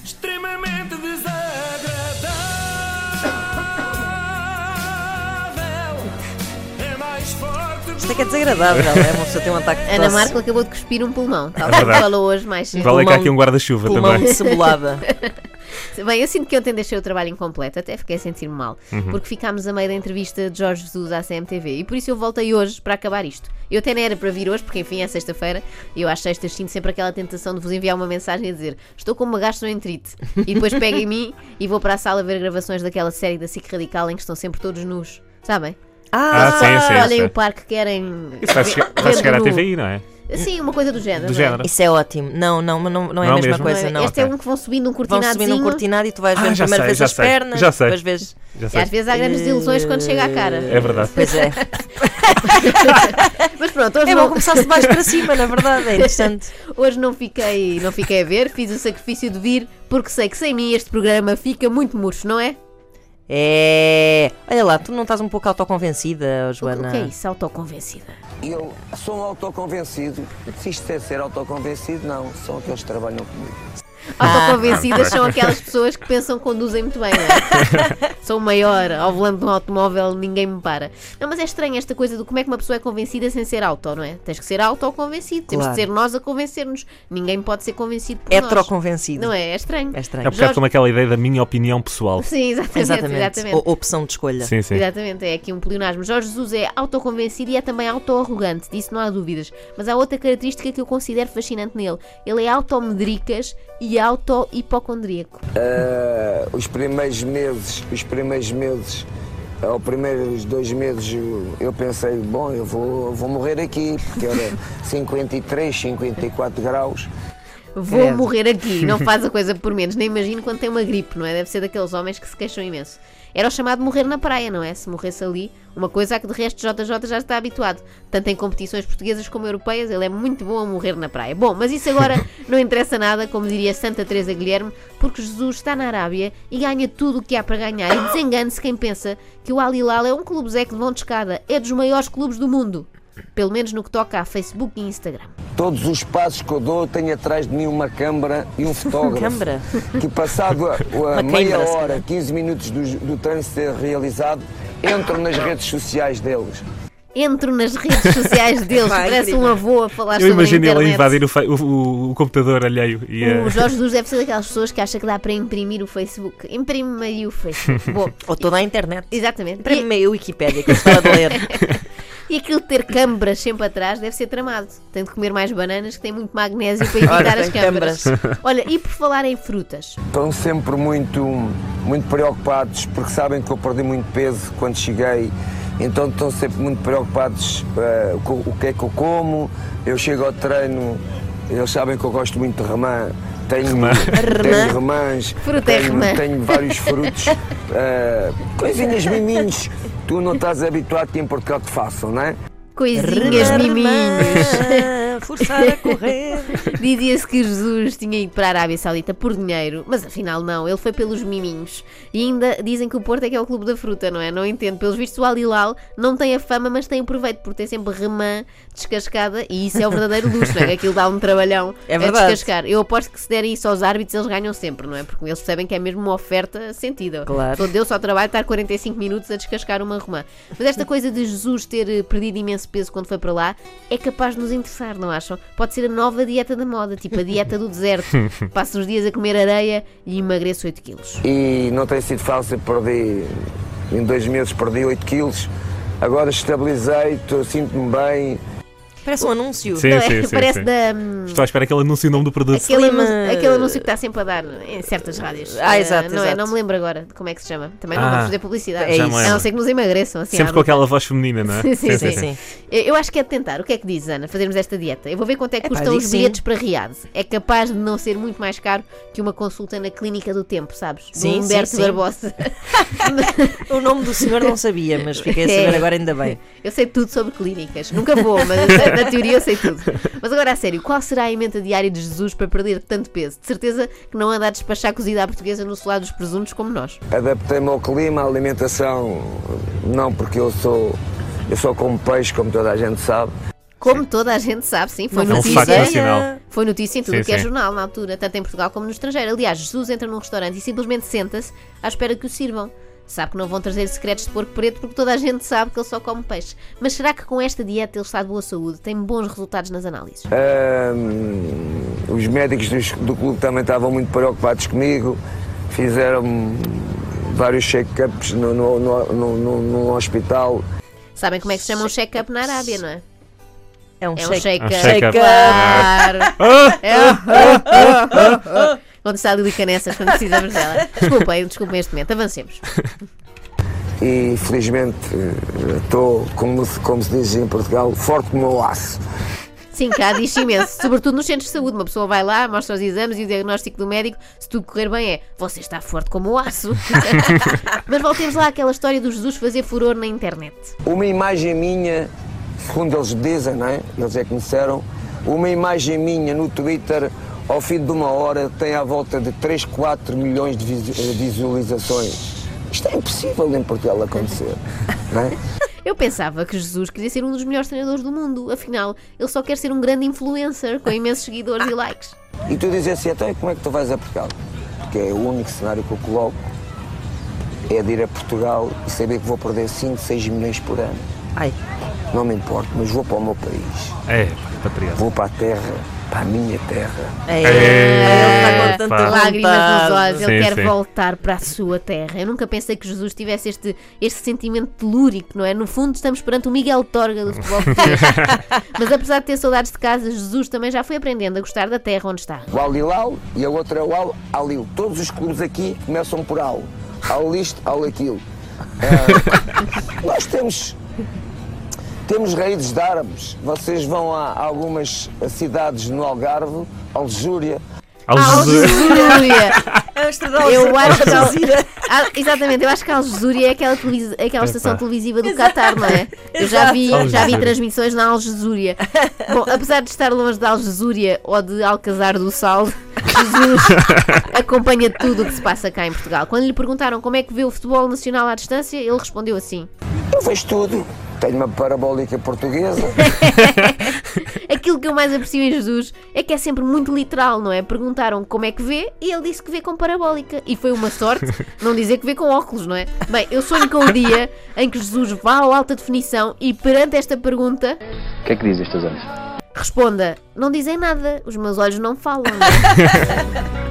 extremamente desagradável. É mais forte. Isto é que é desagradável, é? Uma pessoa tem um ataque de tosse. Ana Marco acabou de cuspir um pulmão, tal como falou hoje mais cedo. Vale que há aqui um guarda-chuva pulmão também. de cebolada. Bem, eu sinto que ontem deixei o trabalho incompleto, até fiquei a sentir-me mal, porque ficámos a meio da entrevista de Jorge Jesus à CMTV e por isso eu voltei hoje para acabar isto. Eu até não era para vir hoje, porque enfim é sexta-feira e eu às sextas sinto sempre aquela tentação de vos enviar uma mensagem a dizer estou com uma gastroenterite e depois pego em mim e vou para a sala ver gravações daquela série da SIC Radical em que estão sempre todos nus, sabem? Sim, Olhem sim. o par que querem. Isso vai chegar à TVI, não é? Sim, uma coisa do género. Do não é? género. Isso é ótimo. Não é a mesma mesmo? coisa, não. Este é um que vão subindo um Vão cortinadozinho. subir num cortinado e tu vais ver já primeiro sei, vez já as sei. pernas, Já sei. depois vês... Já E sei. às vezes há grandes desilusões quando chega à cara. É verdade. Pois é. Mas pronto, hoje É bom não, começar-se de baixo para cima, na verdade, é interessante. hoje não fiquei a ver, fiz o sacrifício de vir, porque sei que sem mim este programa fica muito murcho, não é? É... Olha lá, tu não estás um pouco autoconvencida, Joana? O que é isso, autoconvencida? Eu sou um autoconvencido. Se isto é ser autoconvencido, não. São aqueles que trabalham comigo. Autoconvencidas são aquelas pessoas que pensam que conduzem muito bem, não é? Sou o maior, ao volante de um automóvel ninguém me para. Não, mas é estranho esta coisa de como é que uma pessoa é convencida sem ser auto, não é? Tens que ser autoconvencido, temos Claro. de ser nós a convencer-nos. Ninguém pode ser convencido por nós. Heteroconvencido. Não é? É estranho. É É estranho. um bocado como aquela ideia da minha opinião pessoal. Sim, exatamente. Opção de escolha. Sim, sim. Exatamente, é aqui um pleonasmo. Jorge Jesus é autoconvencido e é também auto-arrogante, disso não há dúvidas. Mas há outra característica que eu considero fascinante nele. Ele é automedricas e auto-hipocondríaco. Os primeiros meses, ou primeiros 2 meses, eu pensei, bom, eu vou morrer aqui, porque era 53, 54 graus. Vou morrer aqui, não faz a coisa por menos. Nem imagino quando tem uma gripe, não é? Deve ser daqueles homens que se queixam imenso. Era o chamado morrer na praia, não é? Se morresse ali, uma coisa a que de resto JJ já está habituado. Tanto em competições portuguesas como europeias, ele é muito bom a morrer na praia. Bom, mas isso agora não interessa nada, como diria Santa Teresa Guilherme, porque Jesus está na Arábia e ganha tudo o que há para ganhar. E desengane-se quem pensa que o Al Hilal é um clubezeco de vão de escada. É dos maiores clubes do mundo. Pelo menos no que toca a Facebook e Instagram. Todos os passos que eu dou, tenho atrás de mim uma câmara e um fotógrafo. Câmara? Que passado a meia câmara, se hora, calhar. 15 minutos do treino ser realizado, entro nas redes sociais deles. Entro nas redes sociais deles, Vai, parece incrível. um avô a falar Eu sobre a imagino ele a internet. invadir o computador alheio. E, O Jorge Jesus deve ser daquelas pessoas que acha que dá para imprimir o Facebook. Imprime-me aí o Facebook. Bom, Ou toda a internet. exatamente. Para mim, a Wikipédia, que eu estava a ler. E aquilo de ter câmaras sempre atrás deve ser tramado. Tem de comer mais bananas, que tem muito magnésio para evitar Ora, as tem câmaras. Olha, e por falar em frutas? Estão sempre muito preocupados, porque sabem que eu perdi muito peso quando cheguei. Então estão sempre muito preocupados com o que é que eu como. Eu chego ao treino, eles sabem que eu gosto muito de romã. Tenho romãs, Fruta é romã. tenho vários frutos, coisinhas miminhos. Tu não estás habituado que em Portugal te façam, não é? Coisinhas miminhos. Forçar a correr. Dizia-se que Jesus tinha ido para a Arábia Saudita por dinheiro, mas afinal não, ele foi pelos miminhos. E ainda dizem que o Porto é que é o clube da fruta, não é? Não entendo. Pelos vistos o Al Hilal não tem a fama, mas tem o proveito, porque tem sempre remã descascada e isso é o verdadeiro luxo, não é? Aquilo dá um trabalhão É a verdade. descascar. Eu aposto que se derem isso aos árbitros eles ganham sempre, não é? Porque eles percebem que é mesmo uma oferta sentida. Claro. Só deu-se ao trabalho estar 45 minutos a descascar uma romã. Mas esta coisa de Jesus ter perdido imenso peso quando foi para lá é capaz de nos interessar, não acham? Pode ser a nova dieta da moda, tipo a dieta do deserto. Passo os dias a comer areia e emagreço 8 quilos. E não tem sido fácil, em 2 meses perdi 8 quilos. Agora estabilizei, sinto-me bem. Parece um anúncio. Sim, Não é? sim, sim. Parece sim. da... Estou à espera que ele anuncie o nome do produto. Aquele anúncio que está sempre a dar em certas rádios. Exato, não é? exato. Não me lembro agora de como é que se chama. Também não vamos fazer publicidade. É Já isso. me A lembro. não ser que nos emagreçam. Assim, Sempre com aquela voz feminina, não é? Sim. Eu acho que é de tentar. O que é que diz, Ana? Fazermos esta dieta. Eu vou ver quanto é que Epá, custam digo os sim. bilhetes para Riad. É capaz de não ser muito mais caro que uma consulta na Clínica do Tempo, sabes? Do Sim, Humberto sim. Barbosa. O nome do senhor não sabia, mas fiquei a saber agora ainda bem. Eu sei tudo sobre clínicas. Nunca vou, mas na teoria eu sei tudo. Mas agora, a sério, qual será a emenda diária de Jesus para perder tanto peso? De certeza que não anda a despachar cozida à portuguesa no solado dos presuntos como nós. Adaptei-me ao clima, à alimentação, não porque eu sou como peixe, como toda a gente sabe. Como toda a gente sabe, sim, foi É um facto notícia. nacional. Foi notícia em tudo Sim, o que é sim. jornal na altura, tanto em Portugal como no estrangeiro. Aliás, Jesus entra num restaurante e simplesmente senta-se à espera que o sirvam. Sabe que não vão trazer secretos de porco preto porque toda a gente sabe que ele só come peixe. Mas será que com esta dieta ele está de boa saúde? Tem bons resultados nas análises? Os médicos do clube também estavam muito preocupados comigo, fizeram vários check-ups no hospital. Sabem como é que se chama um check-up na Arábia, não é? É um É um shake. shake-up. shake-up. Claro. Onde está a Lili Canessas quando precisamos dela? Desculpem este momento. Avancemos. E felizmente estou, como se diz em Portugal, forte como o aço. Sim, cá diz imenso. Sobretudo nos centros de saúde. Uma pessoa vai lá, mostra os exames e o diagnóstico do médico, se tudo correr bem, é: você está forte como o aço. Mas voltemos lá àquela história do Jesus fazer furor na internet. Uma imagem minha, segundo eles dizem, não é? Eles é que me disseram, uma imagem minha no Twitter, ao fim de uma hora, tem à volta de 3, 4 milhões de visualizações. Isto é impossível em Portugal acontecer, não é? Eu pensava que Jesus queria ser um dos melhores treinadores do mundo. Afinal, ele só quer ser um grande influencer com imensos seguidores e likes. E tu dizes assim, até como é que tu vais a Portugal? Porque é o único cenário que eu coloco, é de ir a Portugal e saber que vou perder 5, 6 milhões por ano. Ai, Não me importa, mas vou para o meu país. É, patriota. Vou para a terra, para a minha terra. ele está com tanta Lágrimas nos olhos, Sim, ele quer sim. voltar para a sua terra. Eu nunca pensei que Jesus tivesse este sentimento telúrico, não é? No fundo, estamos perante o Miguel Torga do futebol português. Mas apesar de ter saudades de casa, Jesus também já foi aprendendo a gostar da terra onde está. O Al-Hilal e a outra é o Al-Alil. Todos os clubes aqui começam por Al. Al isto, Al aquilo. Nós temos raízes de árabes. Vocês vão a algumas cidades no Algarve, Aljúria. Algesúria! Eu acho que Algesúria. exatamente, eu acho que a Algesúria é aquela estação televisiva do Qatar, não é? Eu Exato. já vi transmissões na Algesúria. Bom, apesar de estar longe da Algesúria ou de Alcazar do Sal, Jesus acompanha tudo o que se passa cá em Portugal. Quando lhe perguntaram como é que vê o futebol nacional à distância, ele respondeu assim: Eu vejo tudo. Tenho uma parabólica portuguesa. aquilo que eu mais aprecio em Jesus é que é sempre muito literal, não é? Perguntaram como é que vê e ele disse que vê com parabólica. E foi uma sorte não dizer que vê com óculos, não é? Bem, eu sonho com o dia em que Jesus vá à alta definição e perante esta pergunta O que é que dizem estes olhos? responda: não dizem nada, os meus olhos não falam, não é?